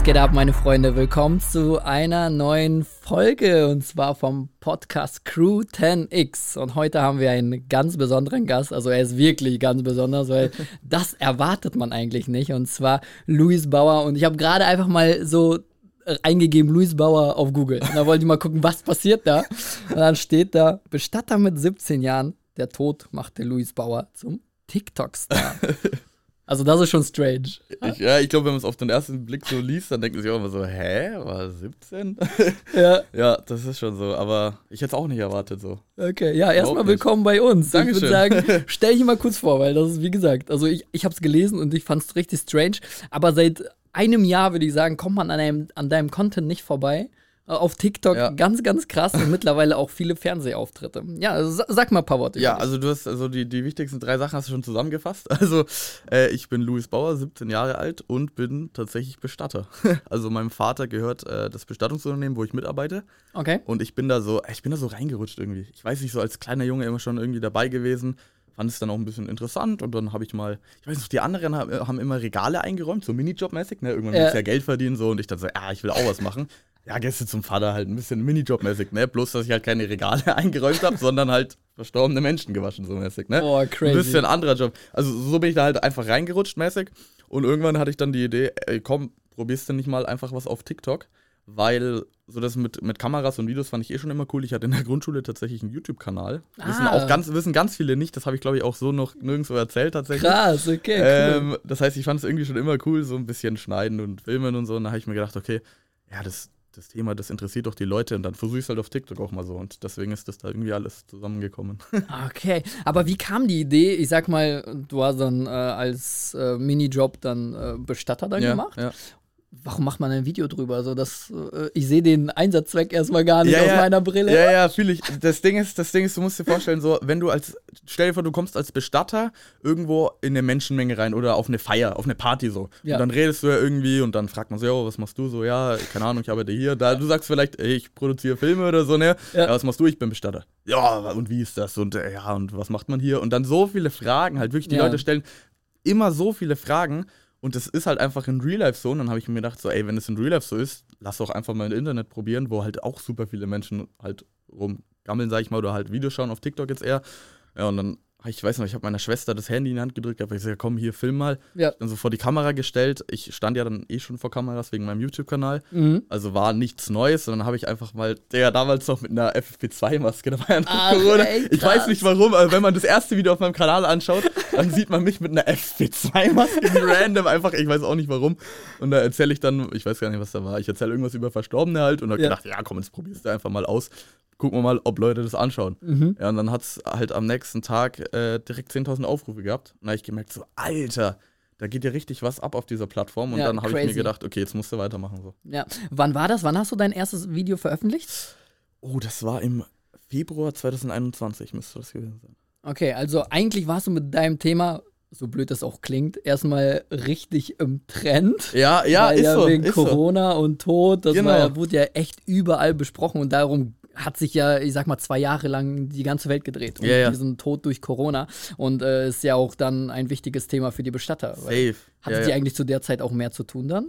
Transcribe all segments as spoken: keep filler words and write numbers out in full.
geht ab, meine Freunde? Willkommen zu einer neuen Folge und zwar vom Podcast Crew zehn X. Und heute haben wir einen ganz besonderen Gast, also er ist wirklich ganz besonders, weil das erwartet man eigentlich nicht. Und zwar Luis Bauer. Und ich habe gerade einfach mal so eingegeben, Luis Bauer auf Google. Und da wollte ich mal gucken, was passiert da. Und dann steht da, Bestatter mit siebzehn Jahren, der Tod machte Luis Bauer zum TikTok-Star. Also das ist schon strange. Ich, ja, ich glaube, wenn man es auf den ersten Blick so liest, dann denkt man sich auch immer so, hä, war siebzehn? Ja. Ja, das ist schon so, aber ich hätte es auch nicht erwartet so. Okay, ja, erstmal willkommen bei uns. Dankeschön. Ich würde sagen, stell dich mal kurz vor, weil das ist, wie gesagt, also ich, ich habe es gelesen und ich fand es richtig strange, aber seit einem Jahr, würde ich sagen, kommt man an, einem, an deinem Content nicht vorbei. Auf TikTok ja. ganz, ganz krass und mittlerweile auch viele Fernsehauftritte. Ja, also sag mal ein paar Worte. Ja, also du hast also die, die wichtigsten drei Sachen hast du schon zusammengefasst. Also äh, ich bin Luis Bauer, siebzehn Jahre alt und bin tatsächlich Bestatter. Also meinem Vater gehört äh, das Bestattungsunternehmen, wo ich mitarbeite. Okay. Und ich bin da so, ich bin da so reingerutscht irgendwie. Ich weiß nicht, so als kleiner Junge immer schon irgendwie dabei gewesen. Fand es dann auch ein bisschen interessant und dann habe ich mal, ich weiß nicht, die anderen haben immer Regale eingeräumt, so Minijob-mäßig, ne? Irgendwann willst du ja Geld verdienen so und ich dachte so, ja, ich will auch was machen. Ja, gehst zum Vater halt ein bisschen Minijob-mäßig, ne? Bloß, dass ich halt keine Regale eingeräumt habe, sondern halt verstorbene Menschen gewaschen, so mäßig, ne? Boah, crazy. Ein bisschen anderer Job. Also so bin ich da halt einfach reingerutscht, mäßig. Und irgendwann hatte ich dann die Idee, ey, komm, probierst du nicht mal einfach was auf TikTok? Weil so das mit, mit Kameras und Videos fand ich eh schon immer cool. Ich hatte in der Grundschule tatsächlich einen YouTube-Kanal. Ah. Wissen auch ganz, wissen ganz viele nicht. Das habe ich, glaube ich, auch so noch nirgendwo erzählt tatsächlich. Krass, okay, ähm, cool. Das heißt, ich fand es irgendwie schon immer cool, so ein bisschen schneiden und filmen und so. Und da habe ich mir gedacht, okay, ja, das, das Thema, das interessiert doch die Leute. Und dann versuche ich es halt auf TikTok auch mal so. Und deswegen ist das da irgendwie alles zusammengekommen. Okay, aber wie kam die Idee? Ich sag mal, du hast dann äh, als äh, Minijob dann äh, Bestatter dann ja, gemacht. Ja. Warum macht man ein Video drüber? Also das, äh, ich sehe den Einsatzzweck erstmal gar nicht ja, aus ja, meiner Brille. Ja, ja, fühle ich. Das Ding ist, das Ding ist, du musst dir vorstellen, so, wenn du als, stell dir vor, du kommst als Bestatter irgendwo in eine Menschenmenge rein oder auf eine Feier, auf eine Party so. Ja. Und dann redest du ja irgendwie und dann fragt man so, ja, was machst du so? Ja, keine Ahnung, ich arbeite hier. Da, du sagst vielleicht, ey, ich produziere Filme oder so, ne? Ja. Ja, was machst du? Ich bin Bestatter. Ja, und wie ist das? Und äh, ja, und was macht man hier? Und dann so viele Fragen, halt wirklich, die ja. Leute stellen immer so viele Fragen. Und das ist halt einfach in Real Life so. Und dann habe ich mir gedacht, so, ey, wenn es in Real Life so ist, lass doch einfach mal im Internet probieren, wo halt auch super viele Menschen halt rumgammeln, sag ich mal, oder halt Videos schauen, auf TikTok jetzt eher. Ja, und dann, ich weiß noch, ich habe meiner Schwester das Handy in die Hand gedrückt, habe gesagt, komm, hier, film mal. Ja. Dann so vor die Kamera gestellt. Ich stand ja dann eh schon vor Kameras wegen meinem YouTube-Kanal. Mhm. Also war nichts Neues. Und dann habe ich einfach mal, der damals noch mit einer F F P zwei Maske, da war ja noch Ach, Corona. ey, ich weiß nicht warum, aber wenn man das erste Video auf meinem Kanal anschaut, dann sieht man mich mit einer F F P zwei Maske, die random einfach, ich weiß auch nicht warum. Und da erzähle ich dann, ich weiß gar nicht, was da war, ich erzähle irgendwas über Verstorbene halt und habe ja. gedacht, ja komm, jetzt probierst du einfach mal aus. Gucken wir mal, ob Leute das anschauen. Mhm. Ja, und dann hat es halt am nächsten Tag äh, direkt zehntausend Aufrufe gehabt. Und da habe ich gemerkt, so, Alter, da geht ja richtig was ab auf dieser Plattform. Und ja, dann habe ich mir gedacht, okay, jetzt musst du weitermachen. So. Ja, wann war das? Wann hast du dein erstes Video veröffentlicht? Oh, das war im Februar zwanzig einundzwanzig, müsste das gewesen sein. Okay, also eigentlich warst du mit deinem Thema, so blöd das auch klingt, erstmal richtig im Trend. Ja, ja, ist ja so. Wegen ist Corona so. Und Tod, das genau. war, wurde ja echt überall besprochen und darum hat sich ja, ich sag mal, zwei Jahre lang die ganze Welt gedreht. Um ja, ja. diesen Tod durch Corona. Und äh, ist ja auch dann ein wichtiges Thema für die Bestatter. Safe. Hattet ja, ihr ja. eigentlich zu der Zeit auch mehr zu tun dann?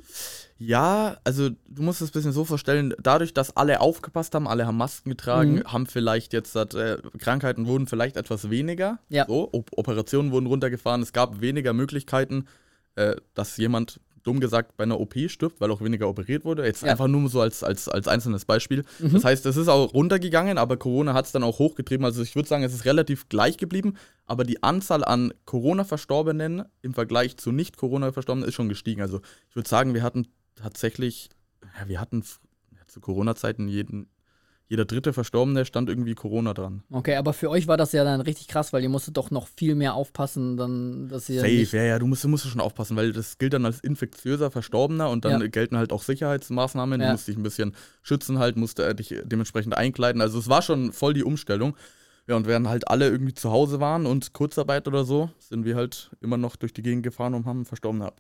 Ja, also du musst es ein bisschen so vorstellen, dadurch, dass alle aufgepasst haben, alle haben Masken getragen, mhm. haben vielleicht jetzt, äh, Krankheiten wurden vielleicht etwas weniger. Ja. So, Op- Operationen wurden runtergefahren, es gab weniger Möglichkeiten, äh, dass jemand dumm gesagt, bei einer O P stirbt, weil auch weniger operiert wurde. Jetzt ja. einfach nur so als, als, als einzelnes Beispiel. Mhm. Das heißt, es ist auch runtergegangen, aber Corona hat es dann auch hochgetrieben. Also ich würde sagen, es ist relativ gleich geblieben, aber die Anzahl an Corona-Verstorbenen im Vergleich zu Nicht-Corona-Verstorbenen ist schon gestiegen. Also ich würde sagen, wir hatten tatsächlich, ja, wir hatten ja, zu Corona-Zeiten jeden Jeder dritte Verstorbene stand irgendwie Corona dran. Okay, aber für euch war das ja dann richtig krass, weil ihr musstet doch noch viel mehr aufpassen, dann, dass ihr Safe, nicht ja, ja, du musst, du musst schon aufpassen, weil das gilt dann als infektiöser Verstorbener und dann ja. gelten halt auch Sicherheitsmaßnahmen. Ja. Du musst dich ein bisschen schützen halt, musst äh, dich dementsprechend einkleiden. Also es war schon voll die Umstellung. Ja, und während halt alle irgendwie zu Hause waren und Kurzarbeit oder so, sind wir halt immer noch durch die Gegend gefahren und haben Verstorbene abgeholt.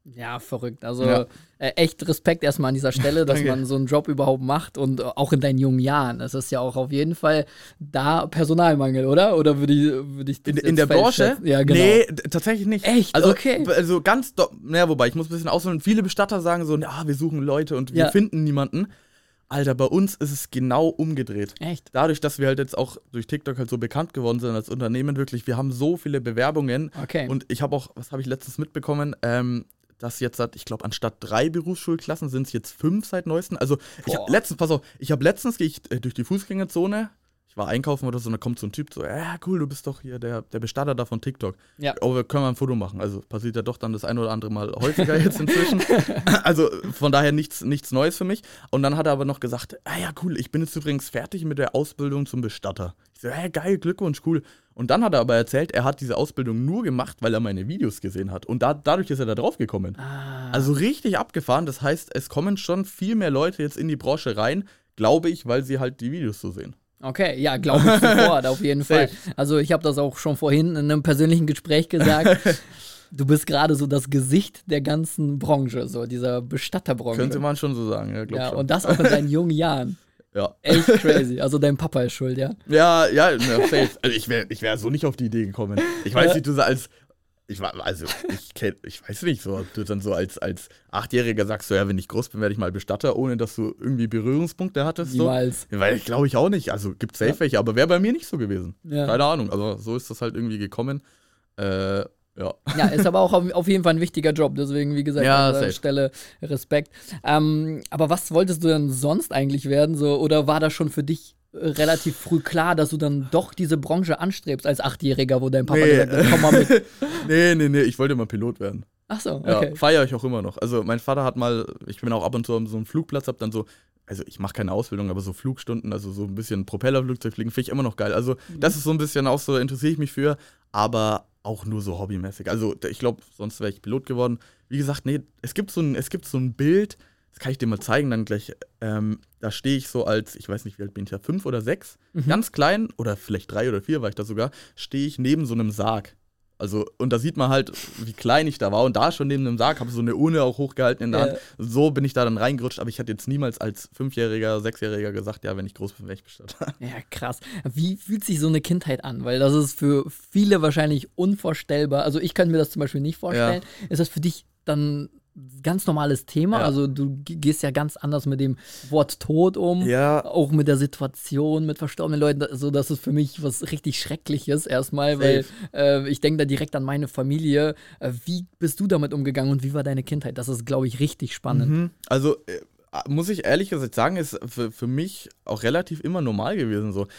Ja, verrückt. Also Ja. äh, echt Respekt erstmal an dieser Stelle, dass man so einen Job überhaupt macht und äh, auch in deinen jungen Jahren. Es ist ja auch auf jeden Fall da Personalmangel, oder? Oder würde ich, würd ich das In, jetzt in der falsch Branche? schätzen? Ja, genau. Nee, d- tatsächlich nicht. Echt? Also, Okay. Also ganz, do- naja, wobei, ich muss ein bisschen ausholen. Viele Bestatter sagen so, ja, wir suchen Leute und wir Ja. finden niemanden. Alter, bei uns ist es genau umgedreht. Echt? Dadurch, dass wir halt jetzt auch durch TikTok halt so bekannt geworden sind als Unternehmen, wirklich, wir haben so viele Bewerbungen. Okay. Und ich habe auch, was habe ich letztens mitbekommen, ähm, dass jetzt, hat, ich glaube, anstatt drei Berufsschulklassen sind es jetzt fünf seit neuestem. Also, ich habe Boah. letztens, pass auf, ich habe letztens, gehe ich äh, durch die Fußgängerzone, ich war einkaufen oder so, und da kommt so ein Typ so, ja, cool, du bist doch hier der, der Bestatter da von TikTok. Ja. Oh, wir können mal ein Foto machen. Also, passiert ja doch dann das ein oder andere Mal häufiger jetzt inzwischen. Also, von daher nichts, nichts Neues für mich. Und dann hat er aber noch gesagt, ah ja, cool, ich bin jetzt übrigens fertig mit der Ausbildung zum Bestatter. Ich so, hey, geil, Glückwunsch, cool. Und dann hat er aber erzählt, er hat diese Ausbildung nur gemacht, weil er meine Videos gesehen hat. Und da, dadurch ist er da drauf gekommen. Ah. Also richtig abgefahren. Das heißt, es kommen schon viel mehr Leute jetzt in die Branche rein, glaube ich, weil sie halt die Videos so sehen. Okay, ja, glaube ich sofort, auf jeden Fall. Also ich habe das auch schon vorhin in einem persönlichen Gespräch gesagt. Du bist gerade so das Gesicht der ganzen Branche, so dieser Bestatterbranche. Könnte man schon so sagen, ja, glaub Ja, schon. und das auch in deinen jungen Jahren. Ja. Echt crazy. Also dein Papa ist schuld, ja? Ja, ja, na, safe. Also ich wäre ich wär so nicht auf die Idee gekommen. Ich weiß Ja. nicht, du so als, ich war, also ich kenn, ich weiß nicht, so, ob du dann so als, als Achtjähriger sagst, so, ja, wenn ich groß bin, werde ich mal Bestatter, ohne dass du irgendwie Berührungspunkte hattest. So. Niemals. Weil ich glaube ich auch nicht. Also gibt safe Ja. welche, aber wäre bei mir nicht so gewesen. Ja. Keine Ahnung, aber so ist das halt irgendwie gekommen. Äh, ja. Ja, ist aber auch auf, auf jeden Fall ein wichtiger Job, deswegen, wie gesagt, Ja, an der safe. Stelle Respekt. Ähm, aber was wolltest du denn sonst eigentlich werden? So, oder war das schon für dich äh, relativ früh klar, dass du dann doch diese Branche anstrebst als Achtjähriger, wo dein Papa Nee. gesagt hat, komm mal mit? Nee, nee, nee, ich wollte mal Pilot werden. Ach so, Ja, okay. feiere ich auch immer noch. Also mein Vater hat mal, ich bin auch ab und zu an so einem Flugplatz, hab dann so, also ich mache keine Ausbildung, aber so Flugstunden, also so ein bisschen Propellerflugzeug fliegen, finde ich immer noch geil. Also das ist so ein bisschen auch so, interessiere ich mich für, aber auch nur so hobbymäßig. Also ich glaube, sonst wäre ich Pilot geworden. Wie gesagt, nee, es gibt so ein, es gibt so ein Bild, das kann ich dir mal zeigen, dann gleich, ähm, da stehe ich so als, ich weiß nicht, wie alt bin ich da, fünf oder sechs, ganz klein, oder vielleicht drei oder vier war ich da sogar, stehe ich neben so einem Sarg. Also, und da sieht man halt, wie klein ich da war. Und da schon neben einem Sarg, habe so eine Urne auch hochgehalten in der Ja. Hand. So bin ich da dann reingerutscht, aber ich hatte jetzt niemals als Fünfjähriger, Sechsjähriger gesagt, ja, wenn ich groß bin, wäre ich Bestatter. Ja, krass. Wie fühlt sich so eine Kindheit an? Weil das ist für viele wahrscheinlich unvorstellbar. Also ich könnte mir das zum Beispiel nicht vorstellen. Ist das für dich dann ein ganz normales Thema? Ja. Also du g- gehst ja ganz anders mit dem Wort Tod um. Ja. Auch mit der Situation, mit verstorbenen Leuten. Also das ist für mich was richtig Schreckliches erstmal, weil äh, ich denke da direkt an meine Familie. Äh, wie bist du damit umgegangen und wie war deine Kindheit? Das ist, glaube ich, richtig spannend. Mhm. Also, äh, muss ich ehrlich gesagt sagen, ist für, für mich auch relativ immer normal gewesen. So.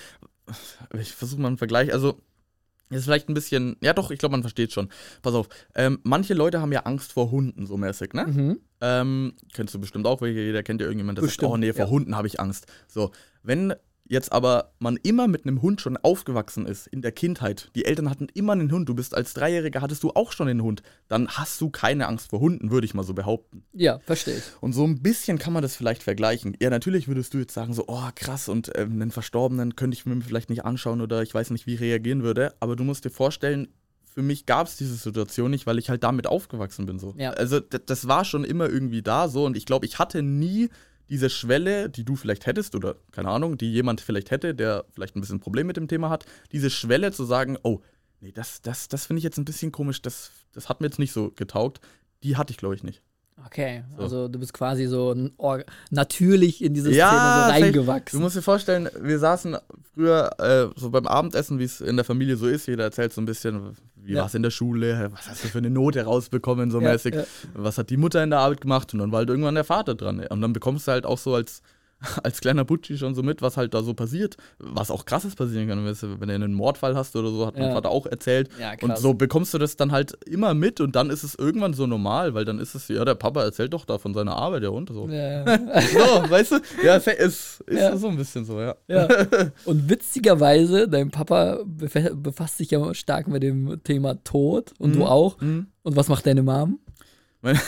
Ich versuche mal einen Vergleich. Also, ist vielleicht ein bisschen, ja doch, ich glaube, man versteht schon. Pass auf, ähm, manche Leute haben ja Angst vor Hunden, so mäßig, ne? Mhm. Ähm, kennst du bestimmt auch, weil jeder kennt ja irgendjemand, der Bestimmt, sagt, oh nee, vor ja. Hunden habe ich Angst. So, wenn jetzt aber man immer mit einem Hund schon aufgewachsen ist, in der Kindheit, die Eltern hatten immer einen Hund, du bist als Dreijähriger, hattest du auch schon einen Hund, dann hast du keine Angst vor Hunden, würde ich mal so behaupten. Ja, verstehe ich. Und so ein bisschen kann man das vielleicht vergleichen. Ja, natürlich würdest du jetzt sagen so, oh krass, und ähm, einen Verstorbenen könnte ich mir vielleicht nicht anschauen oder ich weiß nicht, wie ich reagieren würde, aber du musst dir vorstellen, für mich gab es diese Situation nicht, weil ich halt damit aufgewachsen bin. So. Ja. Also d- das war schon immer irgendwie da so und ich glaube, ich hatte nie diese Schwelle, die du vielleicht hättest oder keine Ahnung, die jemand vielleicht hätte, der vielleicht ein bisschen ein Problem mit dem Thema hat, diese Schwelle zu sagen, oh, nee, das, das, das finde ich jetzt ein bisschen komisch, das, das hat mir jetzt nicht so getaugt, die hatte ich, glaube ich, nicht. Okay, So. also du bist quasi so ein Or- natürlich in diese Ja, Szene so safe. reingewachsen. Du musst dir vorstellen, wir saßen früher äh, so beim Abendessen, wie es in der Familie so ist. Jeder erzählt so ein bisschen, wie Ja. war es in der Schule, was hast du für eine Note rausbekommen, so Ja, mäßig. ja. Was hat die Mutter in der Arbeit gemacht? Und dann war halt irgendwann der Vater dran. Und dann bekommst du halt auch so als, als kleiner Butschi schon so mit, was halt da so passiert. Was auch krasses passieren kann. Wenn du einen Mordfall hast oder so, hat mein Ja. Vater auch erzählt. Ja, Und krass. so bekommst du das dann halt immer mit und dann ist es irgendwann so normal, weil dann ist es, ja, der Papa erzählt doch da von seiner Arbeit, ja und so. Ja. So, weißt du? Ja, es ist, ist Ja. so ein bisschen so, ja. Ja. Und witzigerweise, dein Papa befa- befasst sich ja stark mit dem Thema Tod und du auch. Mhm. Und was macht deine Mom? Meine,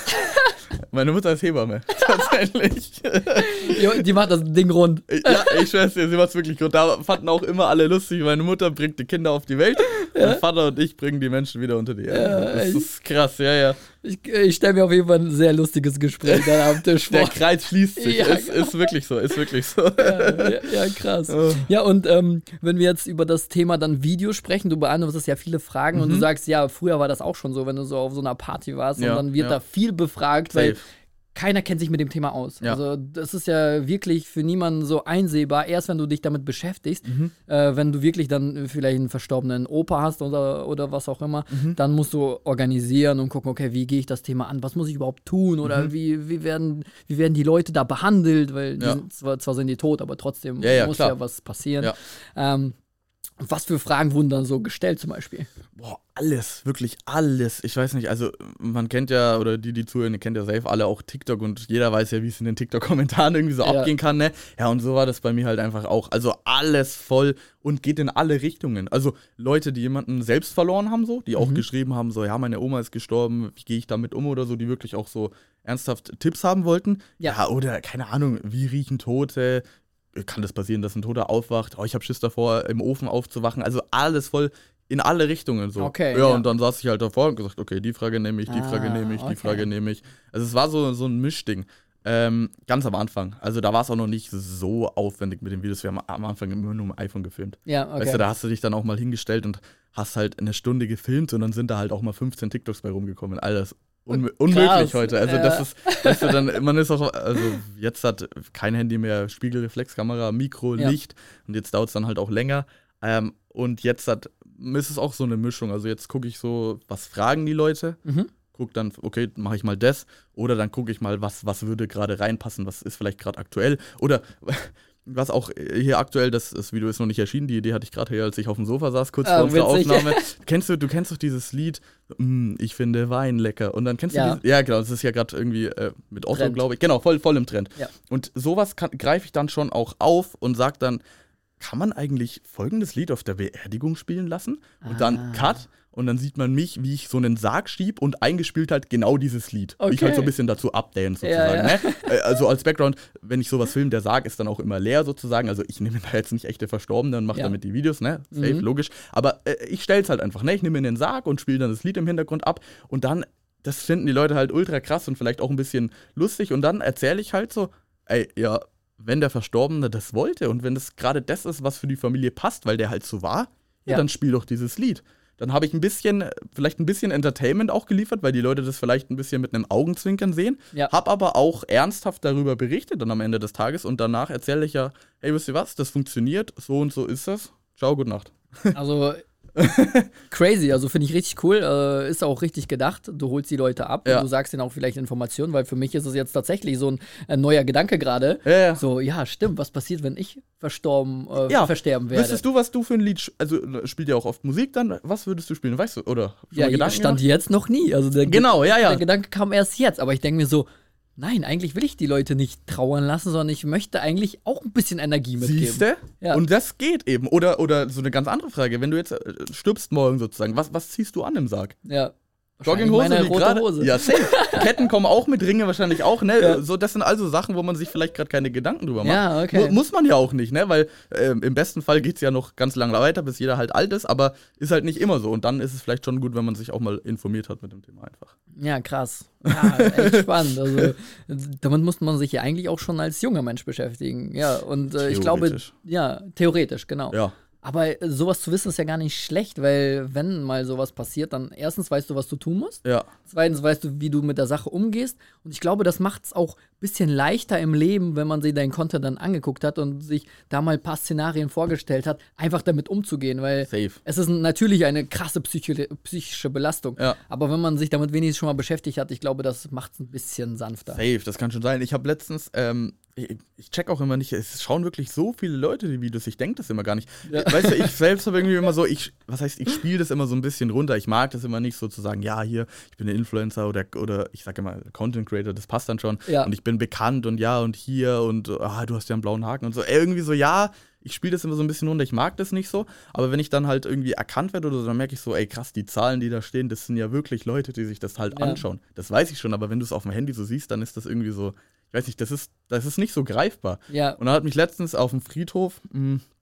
meine Mutter ist Hebamme, tatsächlich. Jo, die macht das Ding rund. Ja, ich schwör's dir, sie macht's wirklich gut. Da fanden auch immer alle lustig. Meine Mutter bringt die Kinder auf die Welt, mein Vater und ich bringen die Menschen wieder unter die Erde. Ja, das echt? ist krass, ja, ja. Ich, ich stelle mir auf jeden Fall ein sehr lustiges Gespräch da am Tisch vor. Der Kreis schließt sich. Ja, ist, ist wirklich so, ist wirklich so. Ja, ja, ja, krass. Oh. Ja, und ähm, wenn wir jetzt über das Thema dann Video sprechen, du beantwortest ja viele Fragen Mhm. und du sagst, ja, früher war das auch schon so, wenn du so auf so einer Party warst Ja, und dann wird ja. da viel befragt, Safe. weil keiner kennt sich mit dem Thema aus. Ja. Also das ist ja wirklich für niemanden so einsehbar, erst wenn du dich damit beschäftigst, Mhm. äh, wenn du wirklich dann vielleicht einen verstorbenen Opa hast oder, oder was auch immer, Mhm. dann musst du organisieren und gucken, okay, wie gehe ich das Thema an, was muss ich überhaupt tun oder Mhm. wie, wie, werden, wie werden die Leute da behandelt, weil die Ja. sind, zwar, zwar sind die tot, aber trotzdem Ja, ja, muss klar. ja was passieren. Ja. Ähm, was für Fragen wurden dann so gestellt zum Beispiel? Boah, alles, wirklich alles. Ich weiß nicht, also man kennt ja, oder die, die zuhören, die kennt ja safe alle auch TikTok und jeder weiß ja, wie es in den TikTok-Kommentaren irgendwie so Ja. abgehen kann, ne? Ja, und so war das bei mir halt einfach auch. Also alles voll und geht in alle Richtungen. Also Leute, die jemanden selbst verloren haben, so, die auch Mhm. geschrieben haben, so, ja, meine Oma ist gestorben, wie gehe ich damit um oder so, die wirklich auch so ernsthaft Tipps haben wollten. Ja. Ja, oder keine Ahnung, wie riechen Tote? Kann das passieren, dass ein Toter aufwacht? Oh, ich habe Schiss davor, im Ofen aufzuwachen. Also alles voll in alle Richtungen so. Okay, ja, ja. und dann saß ich halt davor und gesagt, okay, die Frage nehme ich, die Ah, Frage nehme ich, okay. die Frage nehme ich. Also es war so, so ein Mischding. Ähm, ganz am Anfang. Also da war es auch noch nicht so aufwendig mit den Videos. Wir haben am Anfang immer nur mit dem iPhone gefilmt. Ja, okay. Weißt du, da hast du dich dann auch mal hingestellt und hast halt eine Stunde gefilmt und dann sind da halt auch mal fünfzehn TikToks bei rumgekommen. Alles un unmöglich heute. Also ja. das ist, weißt du, dann, man ist auch, also jetzt hat kein Handy mehr Spiegelreflexkamera, Mikro, Ja. Licht und jetzt dauert es dann halt auch länger. Ähm, und jetzt hat, ist es auch so eine Mischung. Also jetzt gucke ich so, was fragen die Leute? Mhm. Guck dann, okay, mache ich mal das. Oder dann gucke ich mal, was, was würde gerade reinpassen, was ist vielleicht gerade aktuell. Oder was auch hier aktuell, das, das Video ist noch nicht erschienen, die Idee hatte ich gerade hier, als ich auf dem Sofa saß, kurz Ah, vor unserer witzig. Aufnahme. Kennst du, du kennst doch dieses Lied, mm, ich finde Wein lecker. Und dann kennst Ja. du dieses, ja genau, das ist ja gerade irgendwie äh, mit Otto, Trend. glaube ich. Genau, voll, voll im Trend. Ja. Und sowas greife ich dann schon auch auf und sag dann, kann man eigentlich folgendes Lied auf der Beerdigung spielen lassen? Und Ah. dann Cut und dann sieht man mich, wie ich so einen Sarg schieb und eingespielt halt genau dieses Lied. Okay. Ich halt so ein bisschen dazu updance sozusagen. Ja, ja. Ne? Äh, Also als Background, wenn ich sowas filme, der Sarg ist dann auch immer leer sozusagen. Also ich nehme da jetzt nicht echte Verstorbene und mache Ja. damit die Videos, ne? Safe, Mhm. logisch. Aber äh, ich stell's halt einfach, ne? Ich nehme in den Sarg und spiele dann das Lied im Hintergrund ab und dann, das finden die Leute halt ultra krass und vielleicht auch ein bisschen lustig und dann erzähle ich halt so, ey, ja, wenn der Verstorbene das wollte und wenn das gerade das ist, was für die Familie passt, weil der halt so war, ja, Ja. dann spiel doch dieses Lied. Dann habe ich ein bisschen, vielleicht ein bisschen Entertainment auch geliefert, weil die Leute das vielleicht ein bisschen mit einem Augenzwinkern sehen. Ja. Hab aber auch ernsthaft darüber berichtet dann am Ende des Tages und danach erzähle ich ja, hey, wisst ihr was, das funktioniert, so und so ist das. Ciao, gute Nacht. Also crazy, also finde ich richtig cool. Äh, ist auch richtig gedacht. Du holst die Leute ab Ja. und du sagst denen auch vielleicht Informationen, weil für mich ist es jetzt tatsächlich so ein, ein neuer Gedanke gerade. Ja, ja. So, ja, stimmt, was passiert, wenn ich verstorben, äh, Ja, versterben werde? Wüsstest du, was du für ein Lied, sch- also spielt ja auch oft Musik dann, was würdest du spielen, weißt du, oder? Schon Ja, mal Gedanken stand gemacht? jetzt noch nie. Also der, Ge- Genau, ja, ja. der Gedanke kam erst jetzt, aber ich denke mir so, nein, eigentlich will ich die Leute nicht trauern lassen, sondern ich möchte eigentlich auch ein bisschen Energie mitgeben. Siehste? Ja. Und das geht eben. Oder, oder so eine ganz andere Frage, wenn du jetzt äh, stirbst morgen sozusagen, was, was ziehst du an im Sarg? Ja. Jogginghose, Meine wie rote gerade? Hose. Ja, safe. Ketten kommen auch mit, Ringe wahrscheinlich auch, ne? Ja. So, das sind also Sachen, wo man sich vielleicht gerade keine Gedanken drüber macht. Ja, okay. Mu muss man ja auch nicht, ne? Weil ähm, im besten Fall geht es ja noch ganz lange weiter, bis jeder halt alt ist, aber ist halt nicht immer so. Und dann ist es vielleicht schon gut, wenn man sich auch mal informiert hat mit dem Thema einfach. Ja, krass. Ja, echt spannend. Also, damit muss man sich ja eigentlich auch schon als junger Mensch beschäftigen. Ja, und äh, ich glaube, Theoretisch. ja, theoretisch, genau. Ja. Aber äh, sowas zu wissen ist ja gar nicht schlecht, weil wenn mal sowas passiert, dann erstens weißt du, was du tun musst. Ja. Zweitens weißt du, wie du mit der Sache umgehst. Und ich glaube, das macht es auch ein bisschen leichter im Leben, wenn man sich deinen Content dann angeguckt hat und sich da mal ein paar Szenarien vorgestellt hat, einfach damit umzugehen. Weil Safe. es ist natürlich eine krasse psychi psychische Belastung. Ja. Aber wenn man sich damit wenigstens schon mal beschäftigt hat, ich glaube, das macht es ein bisschen sanfter. Safe, das kann schon sein. Ich habe letztens, ähm, ich, ich check auch immer nicht, es schauen wirklich so viele Leute die Videos, ich denke das immer gar nicht. Ja. Weißt du, ich selbst habe irgendwie immer so, ich, was heißt, ich spiele das immer so ein bisschen runter. Ich mag das immer nicht so zu sagen, ja, hier, ich bin ein Influencer oder, oder ich sage immer Content Creator, das passt dann schon. Ja. Und ich bin bekannt und ja und hier und ah, du hast ja einen blauen Haken und so. Irgendwie so, ja, ich spiele das immer so ein bisschen runter, ich mag das nicht so. Aber wenn ich dann halt irgendwie erkannt werde oder so, dann merke ich so, ey krass, die Zahlen, die da stehen, das sind ja wirklich Leute, die sich das halt Ja. anschauen. Das weiß ich schon, aber wenn du es auf dem Handy so siehst, dann ist das irgendwie so, ich weiß nicht, das ist, das ist nicht so greifbar. Ja. Und dann hat mich letztens auf dem Friedhof mh,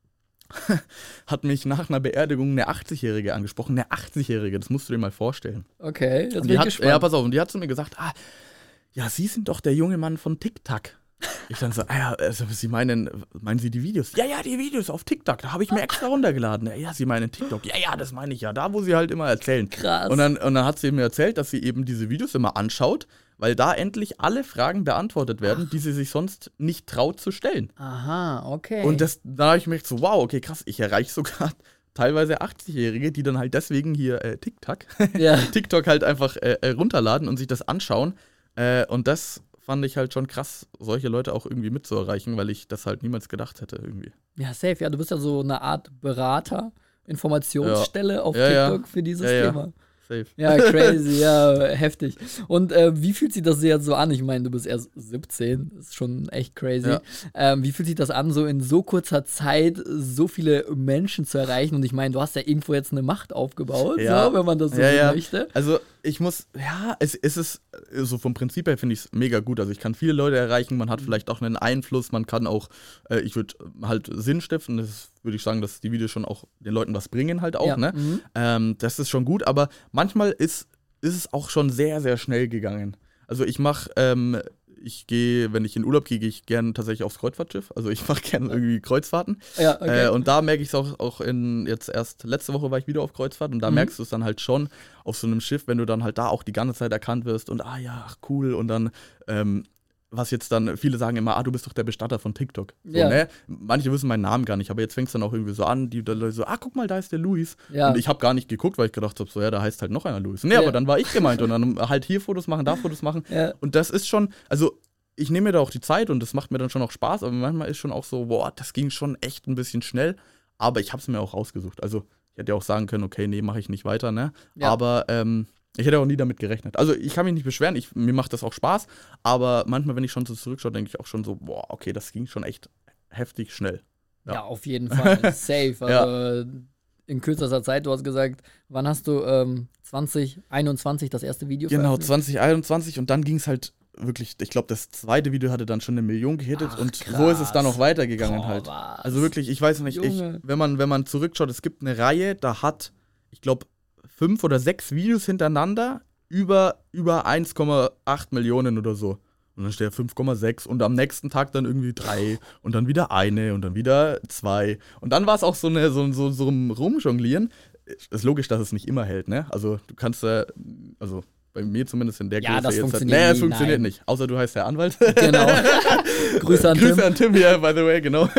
hat mich nach einer Beerdigung eine achtzigjährige angesprochen. Eine achtzigjährige, das musst du dir mal vorstellen. Okay, jetzt Und bin die ich hat, gespannt. ja, pass auf, und die hat zu mir gesagt, ah, ja, Sie sind doch der junge Mann von TikTok. Ich dann so, ah ja, also Sie meinen, meinen Sie die Videos? Ja, ja, die Videos auf TikTok, da habe ich mir extra runtergeladen. Ja, ja, Sie meinen TikTok? Ja, ja, das meine ich ja, da, wo Sie halt immer erzählen. Krass. Und dann, und dann hat sie mir erzählt, dass sie eben diese Videos immer anschaut, weil da endlich alle Fragen beantwortet werden, Ach. die sie sich sonst nicht traut zu stellen. Aha, okay. Und das, da habe ich mir gedacht so, wow, okay, krass, ich erreiche sogar teilweise achtzigjährige, die dann halt deswegen hier äh, TikTok, ja. TikTok halt einfach äh, runterladen und sich das anschauen. Äh, und das fand ich halt schon krass, solche Leute auch irgendwie mitzuerreichen, weil ich das halt niemals gedacht hätte irgendwie. Ja, safe. Ja, du bist ja so eine Art Berater, Informationsstelle ja. auf ja, TikTok ja. für dieses ja, Thema. Ja. Safe. Ja, crazy, ja, heftig. Und äh, wie fühlt sich das jetzt so an? Ich meine, du bist erst siebzehn, ist schon echt crazy. Ja. Ähm, wie fühlt sich das an, so in so kurzer Zeit so viele Menschen zu erreichen? Und ich meine, du hast ja irgendwo jetzt eine Macht aufgebaut, ja. so, wenn man das so ja, ja. möchte. Also ich muss, ja, es, es ist, so vom Prinzip her finde ich es mega gut. Also ich kann viele Leute erreichen, man hat vielleicht auch einen Einfluss, man kann auch, äh, ich würde halt Sinn stiften, das würde ich sagen, dass die Videos schon auch den Leuten was bringen halt auch, ja. ne? Mhm. Ähm, das ist schon gut, aber manchmal ist, ist es auch schon sehr, sehr schnell gegangen. Also ich mache, ähm, ich gehe, wenn ich in Urlaub gehe, gehe ich gerne tatsächlich aufs Kreuzfahrtschiff. Also ich mache gerne irgendwie Kreuzfahrten. Ja, okay. äh, und da merke ich es auch, auch in, jetzt erst letzte Woche war ich wieder auf Kreuzfahrt und da mhm. merkst du es dann halt schon auf so einem Schiff, wenn du dann halt da auch die ganze Zeit erkannt wirst und ah ja, ach cool und dann, ähm, was jetzt dann, viele sagen immer, ah, du bist doch der Bestatter von TikTok. So, ja. ne? Manche wissen meinen Namen gar nicht, aber jetzt fängt es dann auch irgendwie so an, die Leute so, ah, guck mal, da ist der Luis. Ja. Und ich habe gar nicht geguckt, weil ich gedacht habe, so, ja, da heißt halt noch einer Luis. Nee, ja. aber dann war ich gemeint und dann halt hier Fotos machen, da Fotos machen. Ja. Und das ist schon, also ich nehme mir da auch die Zeit und das macht mir dann schon auch Spaß, aber manchmal ist schon auch so, boah, das ging schon echt ein bisschen schnell, aber ich habe es mir auch rausgesucht. Also ich hätte ja auch sagen können, okay, nee, mache ich nicht weiter, ne? Ja. Aber, ähm, ich hätte auch nie damit gerechnet. Also ich kann mich nicht beschweren, ich, mir macht das auch Spaß, aber manchmal, wenn ich schon so zurückschaue, denke ich auch schon so, boah, okay, das ging schon echt heftig schnell. Ja, ja auf jeden Fall, safe. Also ja. in kürzester Zeit, du hast gesagt, wann hast du ähm, zwanzig einundzwanzig das erste Video Genau, zwanzig einundzwanzig und dann ging es halt wirklich, ich glaube, das zweite Video hatte dann schon eine Million gehittet Ach, und krass. so ist es dann auch weitergegangen Boah, halt. Was? Also wirklich, ich weiß nicht, ich, wenn man, wenn man zurückschaut, es gibt eine Reihe, da hat, ich glaube, fünf oder sechs Videos hintereinander über, über eins Komma acht Millionen oder so. Und dann steht fünf Komma sechs und am nächsten Tag dann irgendwie drei und dann wieder eine und dann wieder zwei. Und dann war es auch so, eine, so, so, so ein Rumjonglieren. Ist logisch, dass es nicht immer hält, ne? Also du kannst ja, äh, also bei mir zumindest in der ja, Größe das jetzt. Funktioniert nee, das nie, funktioniert nein. nicht. Außer du heißt der Anwalt. Genau. Grüße an Tim. Grüße an Tim hier, by the way, genau.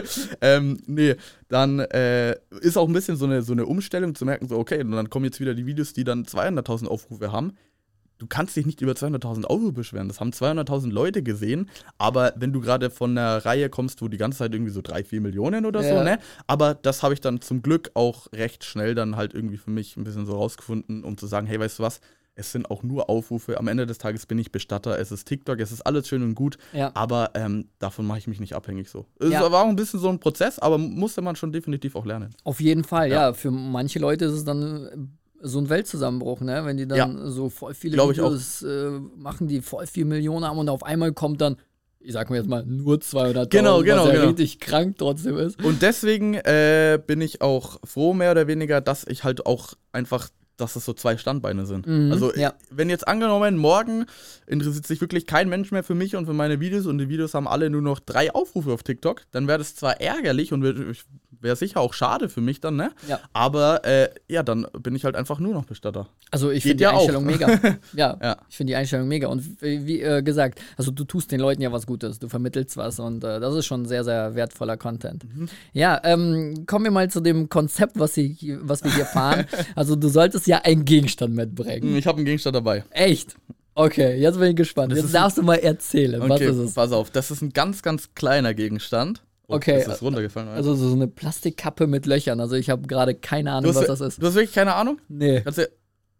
ähm, nee, dann äh, ist auch ein bisschen so eine, so eine Umstellung zu merken, so okay, und dann kommen jetzt wieder die Videos, die dann zweihunderttausend Aufrufe haben. Du kannst dich nicht über zweihunderttausend Aufrufe beschweren. Das haben zweihunderttausend Leute gesehen. Aber wenn du gerade von einer Reihe kommst, wo die ganze Zeit irgendwie so drei, vier Millionen oder ja. so, ne? Aber das habe ich dann zum Glück auch recht schnell dann halt irgendwie für mich ein bisschen so rausgefunden, um zu sagen, hey, weißt du was? Es sind auch nur Aufrufe. Am Ende des Tages bin ich Bestatter. Es ist TikTok, es ist alles schön und gut. Ja. Aber ähm, davon mache ich mich nicht abhängig so. Es ja. war auch ein bisschen so ein Prozess, aber musste man schon definitiv auch lernen. Auf jeden Fall, ja. ja. Für manche Leute ist es dann so ein Weltzusammenbruch, ne? Wenn die dann ja. so voll viele Glaub Videos äh, machen, die voll viel Millionen haben und auf einmal kommt dann, ich sag mir jetzt mal, nur zweihunderttausend, genau, genau, was ja genau. richtig krank trotzdem ist. Und deswegen äh, bin ich auch froh, mehr oder weniger, dass ich halt auch einfach dass es so zwei Standbeine sind. Mhm, also ja. wenn jetzt angenommen, morgen interessiert sich wirklich kein Mensch mehr für mich und für meine Videos und die Videos haben alle nur noch drei Aufrufe auf TikTok, dann wäre das zwar ärgerlich und wäre sicher auch schade für mich dann, ne? Ja. Aber äh, ja, dann bin ich halt einfach nur noch Bestatter. Also ich finde die ja Einstellung auch. mega. Ja, ja. ich finde die Einstellung mega. Und wie, wie äh, gesagt, also du tust den Leuten ja was Gutes, du vermittelst was und äh, das ist schon sehr, sehr wertvoller Content. Mhm. Ja, ähm, kommen wir mal zu dem Konzept, was, ich, was wir hier fahren. Also du solltest ja einen Gegenstand mitbringen. Ich habe einen Gegenstand dabei. Echt? Okay, jetzt bin ich gespannt. Das jetzt darfst du mal erzählen, okay, was ist es? Pass auf, das ist ein ganz, ganz kleiner Gegenstand. Oh, okay, das ist runtergefallen. Alter. Also so eine Plastikkappe mit Löchern. Also ich habe gerade keine Ahnung, hast, was das ist. Du hast wirklich keine Ahnung? Nee. Kannst du,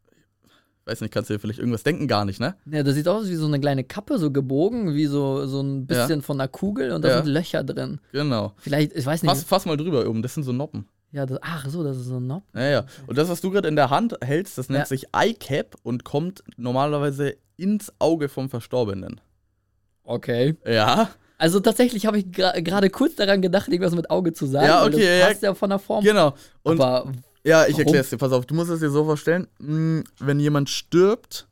weiß nicht, kannst du dir vielleicht irgendwas denken? Gar nicht, ne? Ja, das sieht aus wie so eine kleine Kappe, so gebogen, wie so, so ein bisschen ja. von einer Kugel und da ja. sind Löcher drin. Genau. Vielleicht, ich weiß nicht. Fass, fass mal drüber oben, das sind so Noppen. Ja, das, ach so, das ist so ein Noppen. Ja, ja. Und das, was du gerade in der Hand hältst, das nennt ja. sich Eye-Cap und kommt normalerweise ins Auge vom Verstorbenen. Okay. Ja. Also tatsächlich habe ich gerade gra- kurz daran gedacht, irgendwas mit Auge zu sagen. Ja, weil okay, das passt ja. ja von der Form. Genau. Und Aber ja, ich warum? erkläre es dir. Pass auf, du musst es dir so vorstellen, mh, wenn jemand stirbt,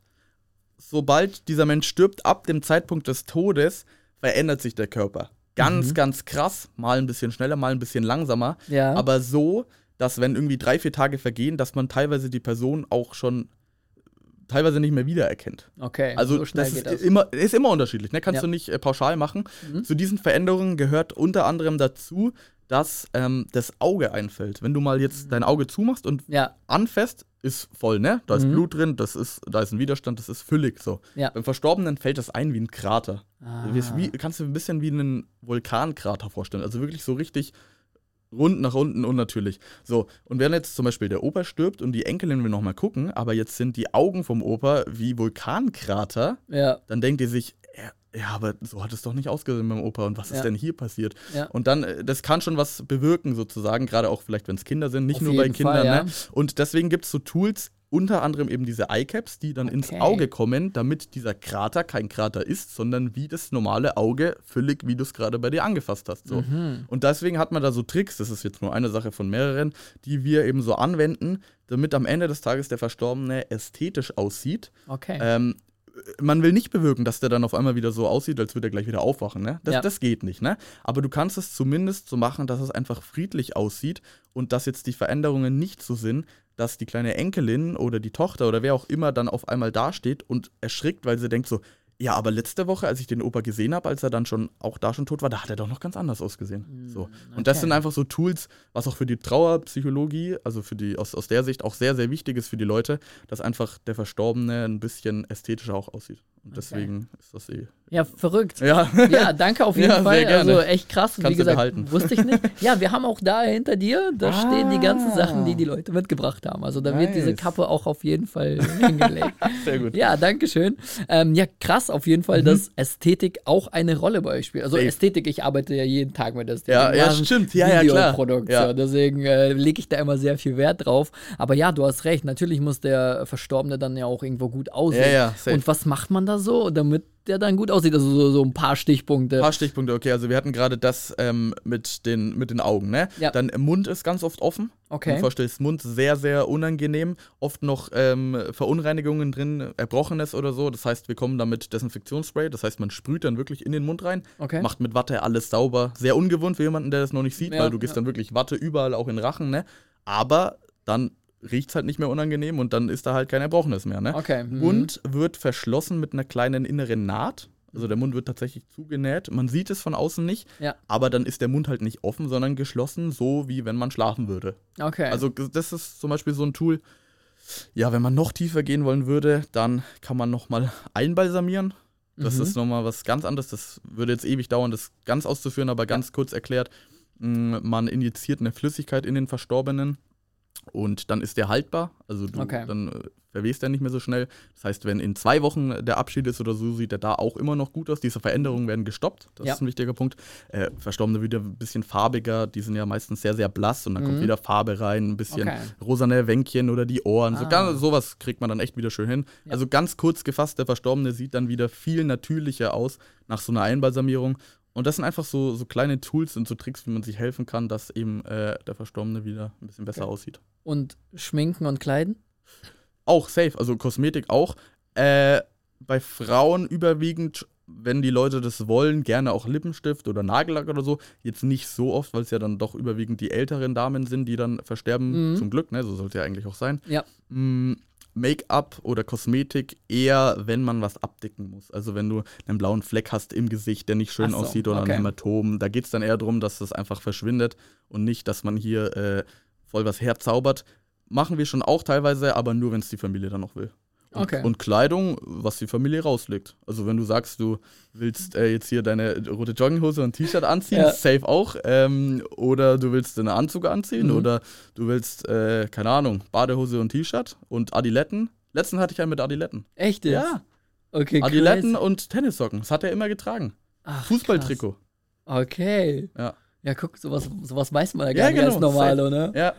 sobald dieser Mensch stirbt, ab dem Zeitpunkt des Todes, verändert sich der Körper. Ganz, Mhm. ganz krass. Mal ein bisschen schneller, mal ein bisschen langsamer. Ja. Aber so, dass wenn irgendwie drei, vier Tage vergehen, dass man teilweise die Person auch schon teilweise nicht mehr wiedererkennt. Okay, Also so schnell das geht ist das. immer, ist immer unterschiedlich, ne? Kannst Ja. du nicht äh, pauschal machen. Mhm. Zu diesen Veränderungen gehört unter anderem dazu, dass ähm, das Auge einfällt. Wenn du mal jetzt dein Auge zumachst und Ja, anfasst, ist voll, ne? Da ist Mhm. Blut drin, das ist, da ist ein Widerstand, das ist füllig so. ja. Beim Verstorbenen fällt das ein wie ein Krater. Ah. Wie, wie, kannst du ein bisschen wie einen Vulkankrater vorstellen. Also wirklich so richtig rund nach unten unnatürlich. So, und wenn jetzt zum Beispiel der Opa stirbt und die Enkelin will nochmal gucken, aber jetzt sind die Augen vom Opa wie Vulkankrater, Ja, dann denkt ihr sich, ja, ja, aber so hat es doch nicht ausgesehen beim Opa und was Ja. ist denn hier passiert? ja. Und dann, äh, das kann schon was bewirken sozusagen, gerade auch vielleicht, wenn es Kinder sind, nicht Auf nur bei jeden Kindern. Fall, ja. Ne? Und deswegen gibt es so Tools, unter anderem eben diese Eye-Caps, die dann ins Okay. Auge kommen, damit dieser Krater kein Krater ist, sondern wie das normale Auge, völlig wie du es gerade bei dir angefasst hast. So. Mhm. Und deswegen hat man da so Tricks, das ist jetzt nur eine Sache von mehreren, die wir eben so anwenden, damit am Ende des Tages der Verstorbene ästhetisch aussieht. Okay. Ähm, man will nicht bewirken, dass der dann auf einmal wieder so aussieht, als würde er gleich wieder aufwachen. Ne? Das, Ja. das geht nicht. Ne? Aber du kannst es zumindest so machen, dass es einfach friedlich aussieht und dass jetzt die Veränderungen nicht so sind, dass die kleine Enkelin oder die Tochter oder wer auch immer dann auf einmal dasteht und erschrickt, weil sie denkt so, ja, aber letzte Woche, als ich den Opa gesehen habe, als er dann schon auch da schon tot war, da hat er doch noch ganz anders ausgesehen. So. Und das okay. sind einfach so Tools, was auch für die Trauerpsychologie, also für die aus, aus der Sicht auch sehr, sehr wichtig ist für die Leute, dass einfach der Verstorbene ein bisschen ästhetischer auch aussieht. Und deswegen ist das eh. Ja, verrückt. Ja, Ja, danke auf jeden Ja, sehr Fall. gerne. Also echt krass. Wie Kannst du gesagt, behalten. wusste ich nicht. Ja, wir haben auch da hinter dir, da Ah. stehen die ganzen Sachen, die die Leute mitgebracht haben. Also da wird diese Nice. Kappe auch auf jeden Fall hingelegt. sehr gut. Ja, danke schön. Ähm, ja, krass auf jeden Fall, dass Ästhetik auch eine Rolle bei euch spielt. Also Safe. Ästhetik, ich arbeite ja jeden Tag mit Ästhetik. Ja, ja, Wir machen stimmt. Ja, ja, klar. Videoproduktion. Ja. Deswegen äh, lege ich da immer sehr viel Wert drauf. Aber ja, du hast recht. Natürlich muss der Verstorbene dann ja auch irgendwo gut aussehen. Ja, ja, safe. Und was macht man da so, damit der dann gut aussieht? Also so, so ein paar Stichpunkte. Ein paar Stichpunkte, okay, also wir hatten gerade das ähm, mit, den, mit den Augen, ne? Ja. Dann Mund ist ganz oft offen. Okay. Wenn du vorstellst, Mund sehr, sehr unangenehm. Oft noch ähm, Verunreinigungen drin, Erbrochenes oder so. Das heißt, wir kommen da mit Desinfektionsspray. Das heißt, man sprüht dann wirklich in den Mund rein, Okay. macht mit Watte alles sauber. Sehr ungewohnt für jemanden, der das noch nicht sieht, Ja, weil du gehst ja. dann wirklich Watte überall, auch in den Rachen, ne? Aber dann riecht es halt nicht mehr unangenehm und dann ist da halt kein Erbrochenes mehr, ne? Okay. mhm. Mund wird verschlossen mit einer kleinen inneren Naht. Also der Mund wird tatsächlich zugenäht. Man sieht es von außen nicht, Ja. aber dann ist der Mund halt nicht offen, sondern geschlossen, so wie wenn man schlafen würde. Okay. Also das ist zum Beispiel so ein Tool. Ja, wenn man noch tiefer gehen wollen würde, dann kann man nochmal einbalsamieren. Das Mhm. ist nochmal was ganz anderes. Das würde jetzt ewig dauern, das ganz auszuführen, aber ganz kurz erklärt. mh, Man injiziert eine Flüssigkeit in den Verstorbenen und dann ist der haltbar. Also du, Okay. dann äh, verwest er nicht mehr so schnell. Das heißt, wenn in zwei Wochen der Abschied ist oder so, sieht er da auch immer noch gut aus. Diese Veränderungen werden gestoppt. Das Ja. ist ein wichtiger Punkt. Äh, Verstorbene wieder ein bisschen farbiger. Die sind ja meistens sehr, sehr blass und dann kommt Mhm. wieder Farbe rein. Ein bisschen Okay. rosane Wänkchen oder die Ohren. So Ah. ganz, sowas kriegt man dann echt wieder schön hin. Ja. Also ganz kurz gefasst, der Verstorbene sieht dann wieder viel natürlicher aus nach so einer Einbalsamierung. Und das sind einfach so, so kleine Tools und so Tricks, wie man sich helfen kann, dass eben äh, der Verstorbene wieder ein bisschen besser Okay. aussieht. Und Schminken und Kleiden? Auch safe, also Kosmetik auch. Äh, bei Frauen überwiegend, wenn die Leute das wollen, gerne auch Lippenstift oder Nagellack oder so. Jetzt nicht so oft, weil es ja dann doch überwiegend die älteren Damen sind, die dann versterben. Mhm. Zum Glück, ne? So sollte ja eigentlich auch sein. Ja. Mm, Make-up oder Kosmetik eher, wenn man was abdecken muss. Also wenn du einen blauen Fleck hast im Gesicht, der nicht schön Ach so, aussieht oder okay. ein Hämatom, da geht es dann eher darum, dass das einfach verschwindet und nicht, dass man hier äh, voll was herzaubert. Machen wir schon auch teilweise, aber nur, wenn es die Familie dann noch will. Und, Okay. und Kleidung, was die Familie rauslegt. Also wenn du sagst, du willst äh, jetzt hier deine rote Jogginghose und T-Shirt anziehen, Ja. safe auch. Ähm, oder du willst einen Anzug anziehen Mhm. oder du willst, äh, keine Ahnung, Badehose und T-Shirt und Adiletten. Letztens hatte ich einen mit Adiletten. Echt jetzt? Ja, Okay, Adiletten crazy. und Tennissocken. Das hat er immer getragen. Ach, Fußballtrikot. krass. Okay. Ja. Ja, guck, sowas, sowas weiß man ja gar Ja, nicht genau, als Normalo, ne? Ja.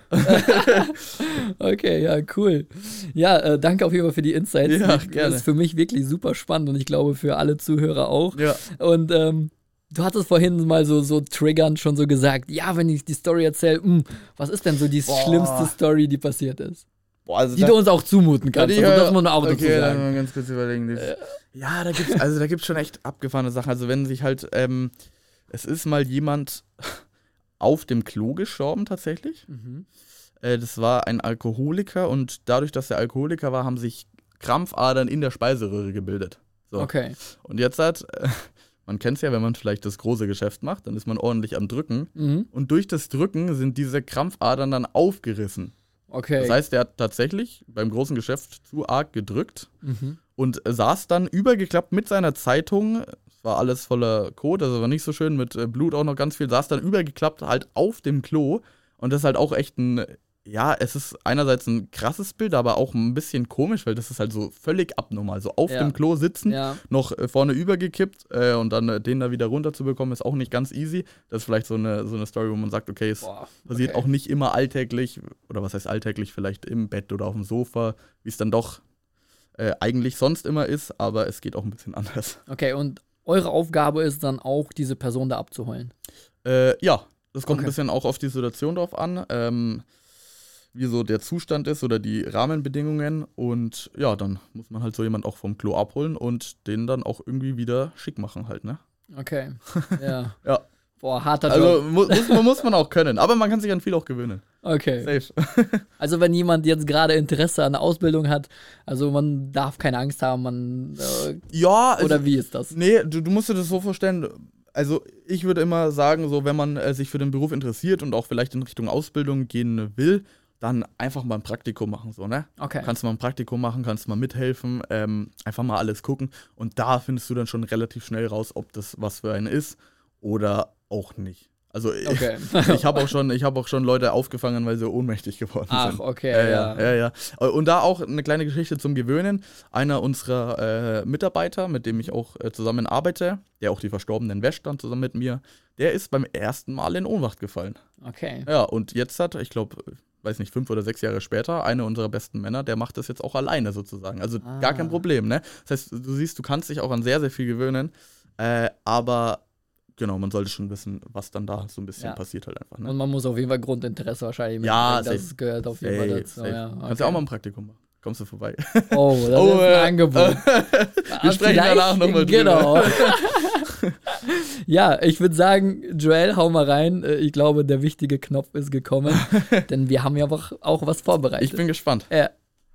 Okay, ja, cool. Ja, äh, danke auf jeden Fall für die Insights. Ja, das gerne. ist für mich wirklich super spannend und ich glaube für alle Zuhörer auch. ja. Und ähm, Du hattest vorhin mal so, so triggernd schon so gesagt, ja, wenn ich die Story erzähle, was ist denn so die Boah. schlimmste Story, die passiert ist? Boah, also die da, du uns auch zumuten kannst. Die, also das muss man auch okay, dazu sagen. Dann mal ganz kurz überlegen. Äh. Ja, da gibt's, also da gibt's schon echt abgefahrene Sachen. Also wenn sich halt, ähm, es ist mal jemand auf dem Klo gestorben tatsächlich. Mhm. Äh, das war ein Alkoholiker und dadurch, dass er Alkoholiker war, haben sich Krampfadern in der Speiseröhre gebildet. So. Okay. Und jetzt hat... Äh, man kennt es ja, wenn man vielleicht das große Geschäft macht, dann ist man ordentlich am Drücken. Mhm. Und durch das Drücken sind diese Krampfadern dann aufgerissen. Okay. Das heißt, er hat tatsächlich beim großen Geschäft zu arg gedrückt mhm. und saß dann übergeklappt mit seiner Zeitung. Es war alles voller Kot, also war nicht so schön, mit Blut auch noch ganz viel. Saß dann übergeklappt halt auf dem Klo. Und das ist halt auch echt ein... Ja, es ist einerseits ein krasses Bild, aber auch ein bisschen komisch, weil das ist halt so völlig abnormal. So auf ja. dem Klo sitzen, ja. noch äh, vorne übergekippt äh, und dann äh, den da wieder runterzubekommen, ist auch nicht ganz easy. Das ist vielleicht so eine, so eine Story, wo man sagt, okay, es Boah, okay. passiert auch nicht immer alltäglich, oder was heißt alltäglich, vielleicht im Bett oder auf dem Sofa, wie es dann doch äh, eigentlich sonst immer ist, aber es geht auch ein bisschen anders. Okay, und eure Aufgabe ist dann auch, diese Person da abzuholen? Äh, ja, das kommt okay. ein bisschen auch auf die Situation drauf an. Ähm, wie so der Zustand ist oder die Rahmenbedingungen und ja, dann muss man halt so jemand auch vom Klo abholen und den dann auch irgendwie wieder schick machen halt, ne? Okay, ja. ja. Boah, harter Job. Also mu- muss, man, muss man auch können, aber man kann sich an viel auch gewöhnen. Okay. Safe. Also wenn jemand jetzt gerade Interesse an der Ausbildung hat, also man darf keine Angst haben, man äh, ja, also, oder wie ist das? Nee, du, du musst dir das so vorstellen, also ich würde immer sagen, so wenn man äh, sich für den Beruf interessiert und auch vielleicht in Richtung Ausbildung gehen will, dann einfach mal ein Praktikum machen, so, ne? Okay. Kannst du mal ein Praktikum machen, kannst du mal mithelfen, ähm, einfach mal alles gucken und da findest du dann schon relativ schnell raus, ob das was für einen ist oder auch nicht. Also okay. ich, ich habe auch schon, ich habe auch schon Leute aufgefangen, weil sie ohnmächtig geworden Ach, sind. Ach, okay, ja, ja. ja, ja, ja. Und da auch eine kleine Geschichte zum Gewöhnen. Einer unserer äh, Mitarbeiter, mit dem ich auch äh, zusammen arbeite, der auch die Verstorbenen wäscht dann zusammen mit mir, der ist beim ersten Mal in Ohnmacht gefallen. Okay. Ja, und jetzt hat, ich glaube, weiß nicht, fünf oder sechs Jahre später, einer unserer besten Männer, der macht das jetzt auch alleine sozusagen. Also ah. gar kein Problem, ne? Das heißt, du siehst, du kannst dich auch an sehr, sehr viel gewöhnen, äh, aber genau, man sollte schon wissen, was dann da so ein bisschen ja. passiert halt einfach, ne? Und man muss auf jeden Fall Grundinteresse wahrscheinlich mitbringen, ja, das safe. Gehört auf jeden safe, Fall dazu. Safe. Ja, okay. Kannst ja auch mal ein Praktikum machen. Kommst du vorbei. Oh, das oh, ist ein äh, Angebot. Wir sprechen danach nochmal drüber. Genau. Ja, ich würde sagen, Joel, hau mal rein. Ich glaube, der wichtige Knopf ist gekommen, denn wir haben ja auch, auch was vorbereitet. Ich bin gespannt. Ja.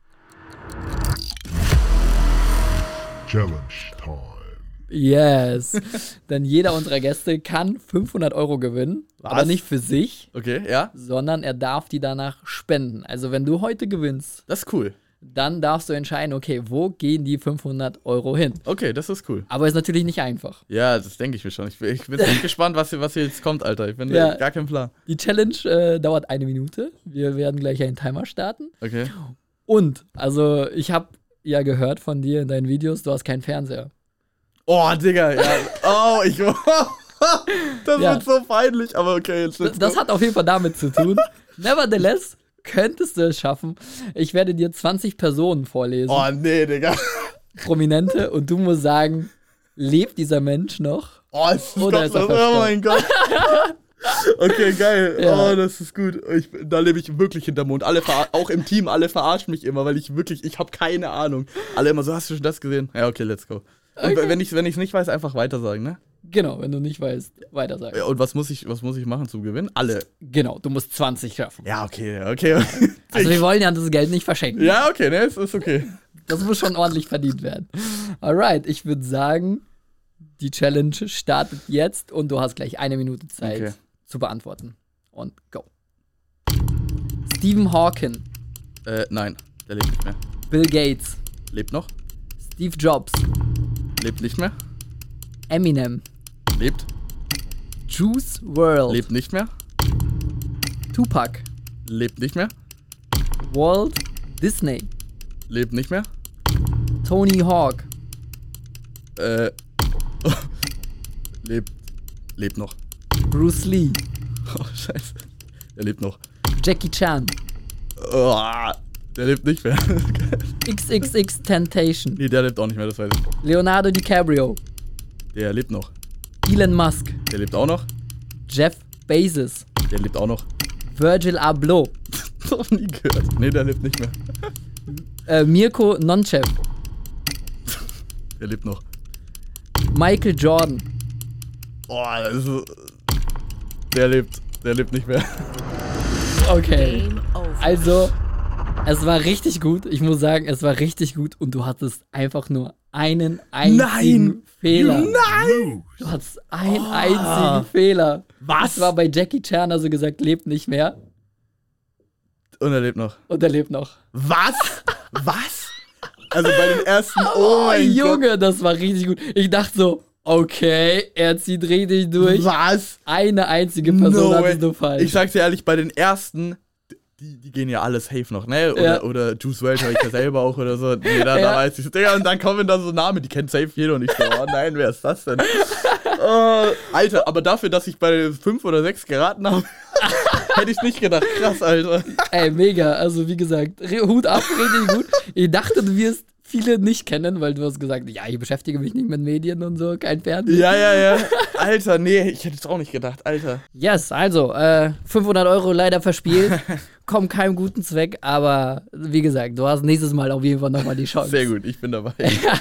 Challenge Time. Yes. Denn jeder unserer Gäste kann fünfhundert Euro gewinnen, was? Aber nicht für sich, okay, ja. sondern er darf die danach spenden. Also wenn du heute gewinnst, das ist cool. Dann darfst du entscheiden, okay, wo gehen die fünfhundert Euro hin? Okay, das ist cool. Aber ist natürlich nicht einfach. Ja, das denke ich mir schon. Ich bin, ich bin echt gespannt, was hier, was hier jetzt kommt, Alter. Ich bin ja, gar kein Plan. Die Challenge äh, dauert eine Minute. Wir werden gleich einen Timer starten. Okay. Und, also ich habe ja gehört von dir in deinen Videos, du hast keinen Fernseher. Oh, Digga, ja. Oh, ich... das ja. wird so peinlich, aber okay. Jetzt das das hat auf jeden Fall damit zu tun. Nevertheless könntest du es schaffen. Ich werde dir zwanzig Personen vorlesen. Oh, nee, Digga. Prominente. Und du musst sagen, lebt dieser Mensch noch? Oh, ist das oder ist er verstorben? Oh mein Gott. Okay, geil. Ja. Oh, das ist gut. Ich, da lebe ich wirklich hinterm Mond. Alle auch im Team, alle verarschen mich immer, weil ich wirklich, ich habe keine Ahnung. Alle immer so, hast du schon das gesehen? Ja, okay, let's go. Und okay. wenn ich es wenn nicht weiß, einfach weiter sagen, ne? Genau, wenn du nicht weißt, weiter sagen. Ja, und was muss ich, was muss ich machen zum Gewinnen? Alle. Genau, du musst zwanzig schaffen. Ja, okay, okay. okay. Also wir wollen ja das Geld nicht verschenken. Ja, okay, ne, ist, ist okay. Das muss schon ordentlich verdient werden. Alright, ich würde sagen, die Challenge startet jetzt und du hast gleich eine Minute Zeit okay. zu beantworten. Und go. Stephen Hawking. Äh, nein, der lebt nicht mehr. Bill Gates. Lebt noch. Steve Jobs. Lebt nicht mehr. Eminem. Lebt. Juice world. Lebt nicht mehr. Tupac. Lebt nicht mehr. Walt Disney. Lebt nicht mehr. Tony Hawk. Äh. lebt. Lebt noch. Bruce Lee. Oh, scheiße. Er lebt noch. Jackie Chan. Oh, der lebt nicht mehr. X X X Temptation. Nee, der lebt auch nicht mehr, das weiß ich. Leonardo DiCaprio. Der lebt noch. Elon Musk. Der lebt auch noch. Jeff Bezos. Der lebt auch noch. Virgil Abloh. Noch nie gehört. Nee, der lebt nicht mehr. Äh, Mirko Nonchev. Der lebt noch. Michael Jordan. Boah, also. Der lebt. Der lebt nicht mehr. Okay. Also, es war richtig gut. Ich muss sagen, es war richtig gut. Und du hattest einfach nur einen einzigen Nein! Fehler. Nein! Du hattest einen oh. einzigen Fehler. Was? Das war bei Jackie Chan, also gesagt, lebt nicht mehr. Und er lebt noch. Und er lebt noch. Was? Was? Also bei den ersten, oh mein Junge, Gott. das war richtig gut. Ich dachte so, okay, er zieht richtig durch. Was? Eine einzige Person No hattest du falsch. Ich sag's dir ehrlich, bei den ersten, die, die gehen ja alle safe noch, ne? Oder, Ja. oder Juice world habe ich ja selber auch oder so. Nee, da, Ja. da weiß ich, Digga, und dann kommen da so Namen, die kennt safe jeder und ich so, oh nein, wer ist das denn? Oh, Alter, aber dafür, dass ich bei fünf oder sechs geraten habe, hätte ich nicht gedacht. Krass, Alter. Ey, mega. Also wie gesagt, re- Hut ab, richtig gut. Ich dachte, du wirst viele nicht kennen, weil du hast gesagt, ja, ich beschäftige mich nicht mit Medien und so, kein Fernsehen. Ja, ja, ja. Alter, nee, ich hätte es auch nicht gedacht, Alter. Yes, also, äh, fünfhundert Euro leider verspielt, kommt keinem guten Zweck, aber wie gesagt, du hast nächstes Mal auf jeden Fall nochmal die Chance. Sehr gut, ich bin dabei.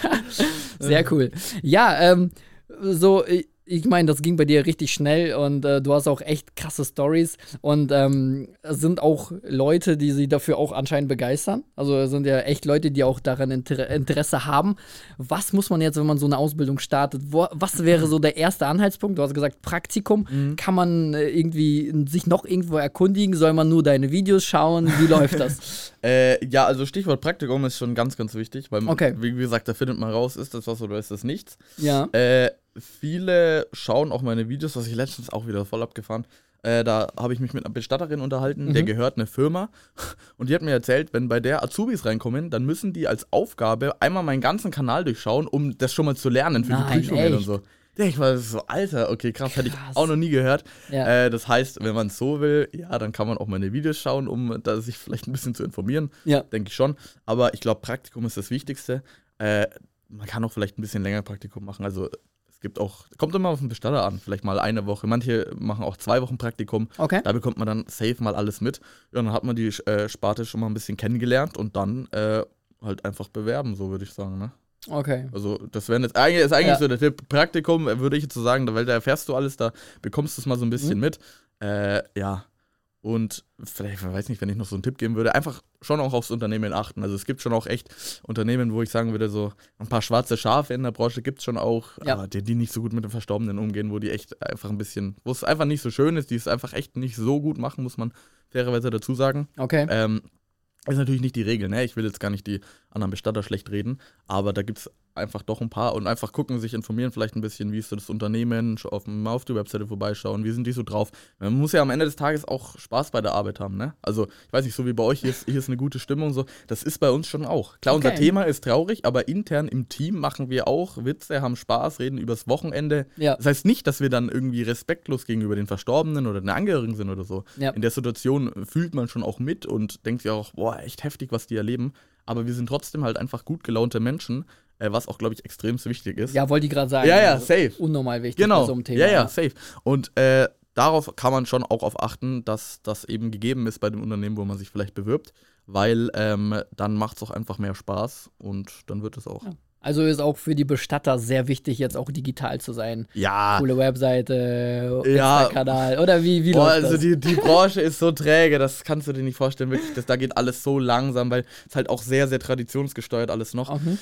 Sehr cool. Ja, ähm, so, ich, ich meine, das ging bei dir richtig schnell und äh, du hast auch echt krasse Stories und ähm, es sind auch Leute, die sich dafür auch anscheinend begeistern. Also es sind ja echt Leute, die auch daran Inter- Interesse haben. Was muss man jetzt, wenn man so eine Ausbildung startet? Wo, was wäre so der erste Anhaltspunkt? Du hast gesagt, Praktikum. Mhm. Kann man äh, irgendwie sich noch irgendwo erkundigen? Soll man nur deine Videos schauen? Wie läuft das? Äh, ja, also Stichwort Praktikum ist schon ganz, ganz wichtig, weil, Okay. wie gesagt, da findet man raus, ist das was oder ist das nichts. Ja. Äh, viele schauen auch meine Videos, was ich letztens auch wieder voll abgefahren. Äh, da habe ich mich mit einer Bestatterin unterhalten, Mhm. der gehört eine Firma und die hat mir erzählt, wenn bei der Azubis reinkommen, dann müssen die als Aufgabe einmal meinen ganzen Kanal durchschauen, um das schon mal zu lernen für Nein, die Prüfungen echt? und so. Ja, ich war so, Alter, okay, krass, hätte ich Krass. auch noch nie gehört. Ja. Äh, das heißt, wenn man es so will, ja, dann kann man auch meine Videos schauen, um da sich vielleicht ein bisschen zu informieren. Ja. Denke ich schon. Aber ich glaube, Praktikum ist das Wichtigste. Äh, man kann auch vielleicht ein bisschen länger Praktikum machen. Also es gibt auch, kommt immer auf den Bestatter an, vielleicht mal eine Woche. Manche machen auch zwei Wochen Praktikum. Okay. Da bekommt man dann safe mal alles mit. Ja, dann hat man die äh, Sparte schon mal ein bisschen kennengelernt und dann äh, halt einfach bewerben, so würde ich sagen, ne? Okay. Also das wäre jetzt eigentlich, ist eigentlich Ja. so der Tipp. Praktikum, äh, würde ich jetzt so sagen, weil da erfährst du alles, da bekommst du es mal so ein bisschen Mhm. mit. Äh, ja. Und vielleicht, ich weiß nicht, wenn ich noch so einen Tipp geben würde, einfach schon auch aufs Unternehmen achten. Also es gibt schon auch echt Unternehmen, wo ich sagen würde, so ein paar schwarze Schafe in der Branche gibt es schon auch, Ja. aber die, die nicht so gut mit den Verstorbenen umgehen, wo die echt einfach ein bisschen, wo es einfach nicht so schön ist, die es einfach echt nicht so gut machen, muss man fairerweise dazu sagen. Okay. Ähm, ist natürlich nicht die Regel, ne? Ich will jetzt gar nicht die anderen Bestatter schlecht reden, aber da gibt es einfach doch ein paar und einfach gucken, sich informieren, vielleicht ein bisschen, wie ist so das Unternehmen, auf, mal auf die Webseite vorbeischauen, wie sind die so drauf. Man muss ja am Ende des Tages auch Spaß bei der Arbeit haben, ne? Also, ich weiß nicht, so wie bei euch, hier ist, hier ist eine gute Stimmung, so, das ist bei uns schon auch. Klar, unser Okay. Thema ist traurig, aber intern im Team machen wir auch Witze, haben Spaß, reden übers Wochenende. Ja. Das heißt nicht, dass wir dann irgendwie respektlos gegenüber den Verstorbenen oder den Angehörigen sind oder so. Ja. In der Situation fühlt man schon auch mit und denkt sich auch, boah, echt heftig, was die erleben. Aber wir sind trotzdem halt einfach gut gelaunte Menschen, äh, was auch, glaube ich, extrem wichtig ist. Ja, wollte ich gerade sagen. Ja, ja, Also, safe. Unnormal wichtig Genau. bei so einem Thema. Ja, ja, safe. Und äh, darauf kann man schon auch auf achten, dass das eben gegeben ist bei dem Unternehmen, wo man sich vielleicht bewirbt, weil ähm, dann macht es auch einfach mehr Spaß und dann wird es auch. Ja. Also ist auch für die Bestatter sehr wichtig, jetzt auch digital zu sein. Ja. Coole Webseite, Ja. Insta-Kanal oder wie, wie Boah, läuft also das? die, die Branche ist so träge, das kannst du dir nicht vorstellen, wirklich. Das, da geht alles so langsam, weil es halt auch sehr, sehr traditionsgesteuert alles noch. Mhm.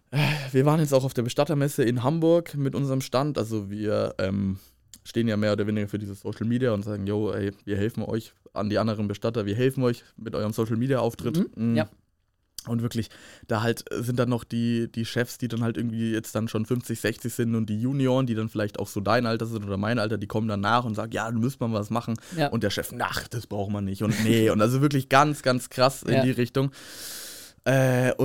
Wir waren jetzt auch auf der Bestattermesse in Hamburg mit unserem Stand. Also wir ähm, stehen ja mehr oder weniger für dieses Social Media und sagen, yo, ey, wir helfen euch an die anderen Bestatter, wir helfen euch mit eurem Social Media Auftritt. Mhm, ja. Und wirklich, da halt sind dann noch die, die Chefs, die dann halt irgendwie jetzt dann schon fünfzig, sechzig sind und die Junioren, die dann vielleicht auch so dein Alter sind oder mein Alter, die kommen dann nach und sagen, ja, du müsst mal was machen. Ja. Und der Chef, ach, das braucht man nicht und nee. Und also wirklich ganz, ganz krass in Ja. die Richtung. Äh, und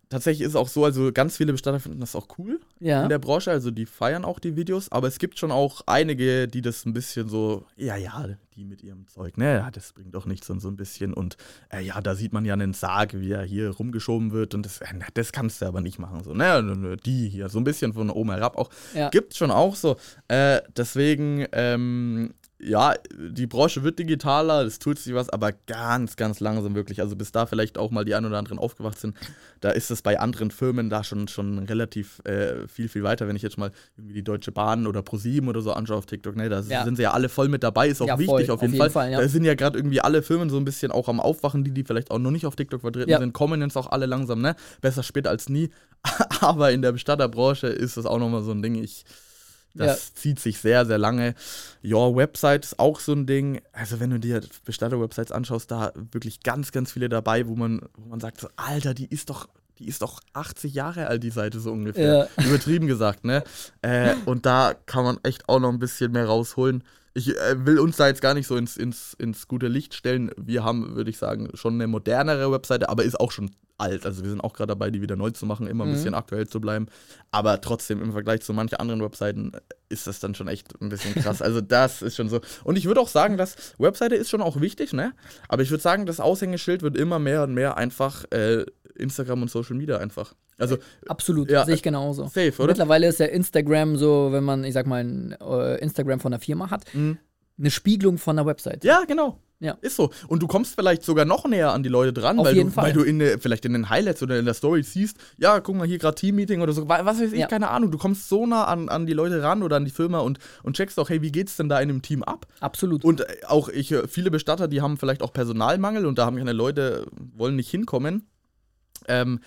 tatsächlich ist es auch so, also ganz viele Bestatter finden das auch cool Ja. in der Branche, also die feiern auch die Videos, aber es gibt schon auch einige, die das ein bisschen so, ja, ja, die mit ihrem Zeug, ne, ja, das bringt doch nichts und so ein bisschen und äh, ja, da sieht man ja einen Sarg, wie er hier rumgeschoben wird und das, äh, das kannst du aber nicht machen, so, ne, die hier, so ein bisschen von oben herab auch, Ja. gibt schon auch so, äh, deswegen, ähm, ja, die Branche wird digitaler, es tut sich was, aber ganz, ganz langsam wirklich. Also bis da vielleicht auch mal die ein oder anderen aufgewacht sind, da ist es bei anderen Firmen da schon, schon relativ äh, viel, viel weiter. Wenn ich jetzt mal irgendwie die Deutsche Bahn oder ProSieben oder so anschaue auf TikTok, ne, da Ja. sind sie ja alle voll mit dabei, ist auch Ja, wichtig voll, auf jeden, auf jeden Fall. Fall, ja. Da sind ja gerade irgendwie alle Firmen so ein bisschen auch am Aufwachen, die, die vielleicht auch noch nicht auf TikTok vertreten Ja. sind, kommen jetzt auch alle langsam, ne? Besser später als nie. Aber in der Bestatterbranche ist das auch nochmal so ein Ding, ich Das Ja. zieht sich sehr, sehr lange. Ja, Website ist auch so ein Ding. Also wenn du dir Bestatter-Websites anschaust, da wirklich ganz, ganz viele dabei, wo man, wo man sagt so, Alter, die ist doch, die ist doch achtzig Jahre alt, die Seite so ungefähr. Ja. Übertrieben gesagt, ne? Äh, und da kann man echt auch noch ein bisschen mehr rausholen. Ich äh, will uns da jetzt gar nicht so ins, ins, ins gute Licht stellen. Wir haben, würde ich sagen, schon eine modernere Webseite, aber ist auch schon alt. Also wir sind auch gerade dabei, die wieder neu zu machen, immer ein Mhm. bisschen aktuell zu bleiben. Aber trotzdem im Vergleich zu manchen anderen Webseiten ist das dann schon echt ein bisschen krass. Also das ist schon so. Und ich würde auch sagen, dass Webseite ist schon auch wichtig, ne? Aber ich würde sagen, das Aushängeschild wird immer mehr und mehr einfach äh, Instagram und Social Media einfach. Also Absolut, Ja, sehe ich genauso. safe, oder? Mittlerweile ist ja Instagram so, wenn man, ich sag mal, ein äh, Instagram von einer Firma hat, Mhm. eine Spiegelung von einer Website. Ja, genau. Ja. Ist so. Und du kommst vielleicht sogar noch näher an die Leute dran, Auf weil, jeden du, Fall. weil du in der, vielleicht in den Highlights oder in der Story siehst, ja, guck mal, hier gerade Team-Meeting oder so, wa- was weiß ich, Ja. keine Ahnung. Du kommst so nah an, an die Leute ran oder an die Firma und, und checkst auch, hey, wie geht's denn da in einem Team ab? Absolut. Und äh, auch ich, äh, viele Bestatter, die haben vielleicht auch Personalmangel und da haben keine Leute, wollen nicht hinkommen. Ähm,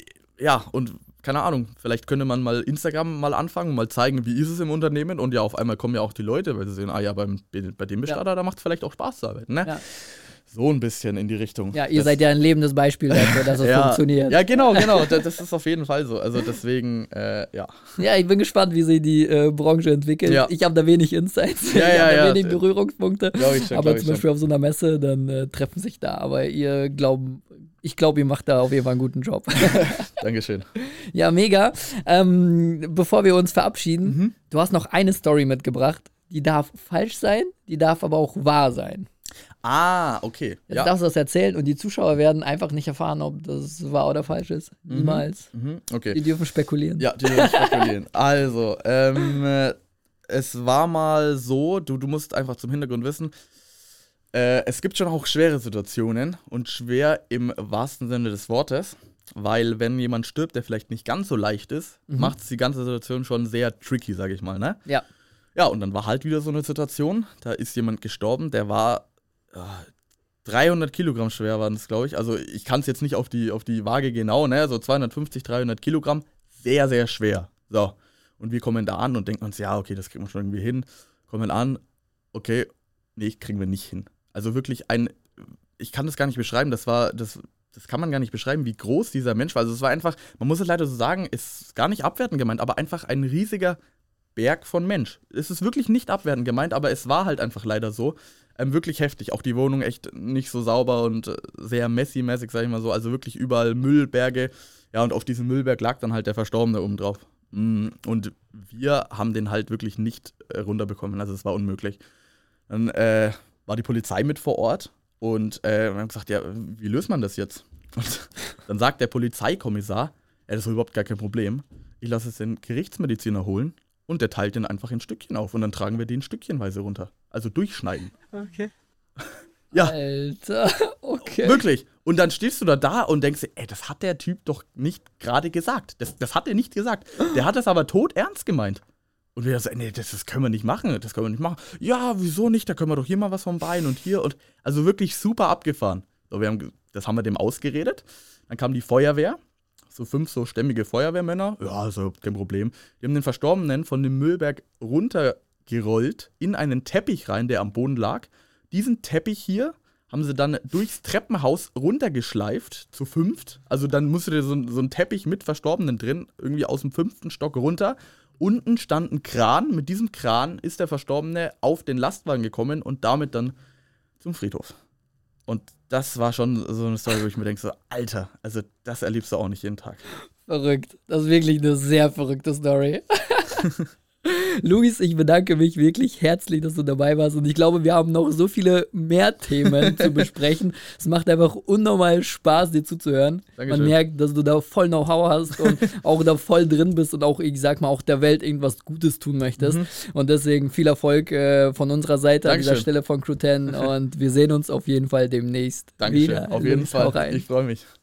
ja, und keine Ahnung, vielleicht könnte man mal Instagram mal anfangen, mal zeigen, wie ist es im Unternehmen und ja, auf einmal kommen ja auch die Leute, weil sie sehen, ah ja, beim, bei dem Bestatter, da macht es vielleicht auch Spaß zu arbeiten, ne? Ja. So ein bisschen in die Richtung. Ja, ihr Das- seid ja ein lebendes Beispiel dafür, dass es ja, funktioniert. Ja, genau, genau, das, das ist auf jeden Fall so. Also deswegen, äh, ja. Ja, ich bin gespannt, wie sich die äh, Branche entwickelt. Ja. Ich habe da wenig Insights, Ja, ich ja, habe da ja. wenig Berührungspunkte. Glaub ich schon, aber glaub ich zum Beispiel auf so einer Messe, dann äh, treffen sich da. Aber ihr glaubt, ich glaube, ihr macht da auf jeden Fall einen guten Job. Dankeschön. Ja, mega. Ähm, bevor wir uns verabschieden, Mhm. du hast noch eine Story mitgebracht. Die darf falsch sein, die darf aber auch wahr sein. Ah, okay. Jetzt Ja. darfst du das erzählen und die Zuschauer werden einfach nicht erfahren, ob das wahr oder falsch ist. Niemals. Mhm, okay. Die dürfen spekulieren. Ja, die dürfen spekulieren. Also, ähm, äh, es war mal so, du, du musst einfach zum Hintergrund wissen, äh, es gibt schon auch schwere Situationen und schwer im wahrsten Sinne des Wortes, weil wenn jemand stirbt, der vielleicht nicht ganz so leicht ist, Mhm. macht es die ganze Situation schon sehr tricky, sag ich mal, ne? Ja. Ja, und dann war halt wieder so eine Situation, da ist jemand gestorben, der war äh, dreihundert Kilogramm schwer waren es, glaube ich. Also ich kann es jetzt nicht auf die, auf die Waage genau, ne? So zweihundertfünfzig, dreihundert Kilogramm, sehr, sehr schwer. So, und wir kommen da an und denken uns, ja, okay, das kriegen wir schon irgendwie hin. Kommen an, okay, nee, kriegen wir nicht hin. Also wirklich ein, ich kann das gar nicht beschreiben, das war, das, das kann man gar nicht beschreiben, wie groß dieser Mensch war. Also es war einfach, man muss es leider so sagen, ist gar nicht abwertend gemeint, aber einfach ein riesiger Berg von Mensch. Es ist wirklich nicht abwertend gemeint, aber es war halt einfach leider so. Ähm, wirklich heftig. Auch die Wohnung echt nicht so sauber und äh, sehr messy-mäßig, sag ich mal so. Also wirklich überall Müllberge. Ja, und auf diesem Müllberg lag dann halt der Verstorbene oben drauf. Mm, und wir haben den halt wirklich nicht äh, runterbekommen. Also es war unmöglich. Dann äh, war die Polizei mit vor Ort und äh, wir haben gesagt, ja, wie löst man das jetzt? Und dann sagt der Polizeikommissar, ja, das ist überhaupt gar kein Problem. Ich lasse es den Gerichtsmediziner holen und der teilt den einfach in Stückchen auf und dann tragen wir den stückchenweise runter. Also durchschneiden. Okay. Ja, Alter, okay. wirklich. Und dann stehst du da da und denkst dir, ey, das hat der Typ doch nicht gerade gesagt. Das, das hat er nicht gesagt. Der hat das aber todernst gemeint. Und wir so, nee, das, das können wir nicht machen, das können wir nicht machen. Ja, wieso nicht? Da können wir doch hier mal was vom Bein und hier. Und also wirklich super abgefahren. So, wir haben, das haben wir dem ausgeredet. Dann kam die Feuerwehr. So fünf so stämmige Feuerwehrmänner. Ja, also kein Problem. Die haben den Verstorbenen von dem Müllberg runtergerollt in einen Teppich rein, der am Boden lag. Diesen Teppich hier haben sie dann durchs Treppenhaus runtergeschleift, zu fünft. Also dann musste der so, so ein Teppich mit Verstorbenen drin, irgendwie aus dem fünften Stock runter. Unten stand ein Kran. Mit diesem Kran ist der Verstorbene auf den Lastwagen gekommen und damit dann zum Friedhof. Und das war schon so eine Story, wo ich mir denke, so, Alter, also das erlebst du auch nicht jeden Tag. Verrückt. Das ist wirklich eine sehr verrückte Story. Luis, ich bedanke mich wirklich herzlich, dass du dabei warst und ich glaube, wir haben noch so viele mehr Themen zu besprechen. Es macht einfach unnormal Spaß, dir zuzuhören. Dankeschön. Man merkt, dass du da voll Know-how hast und auch da voll drin bist und auch, ich sag mal, auch der Welt irgendwas Gutes tun möchtest. Mhm. Und deswegen viel Erfolg äh, von unserer Seite Dankeschön. An dieser Stelle von Crew zehn und wir sehen uns auf jeden Fall demnächst Dankeschön, wieder. auf jeden Luis, Fall. Ich freue mich.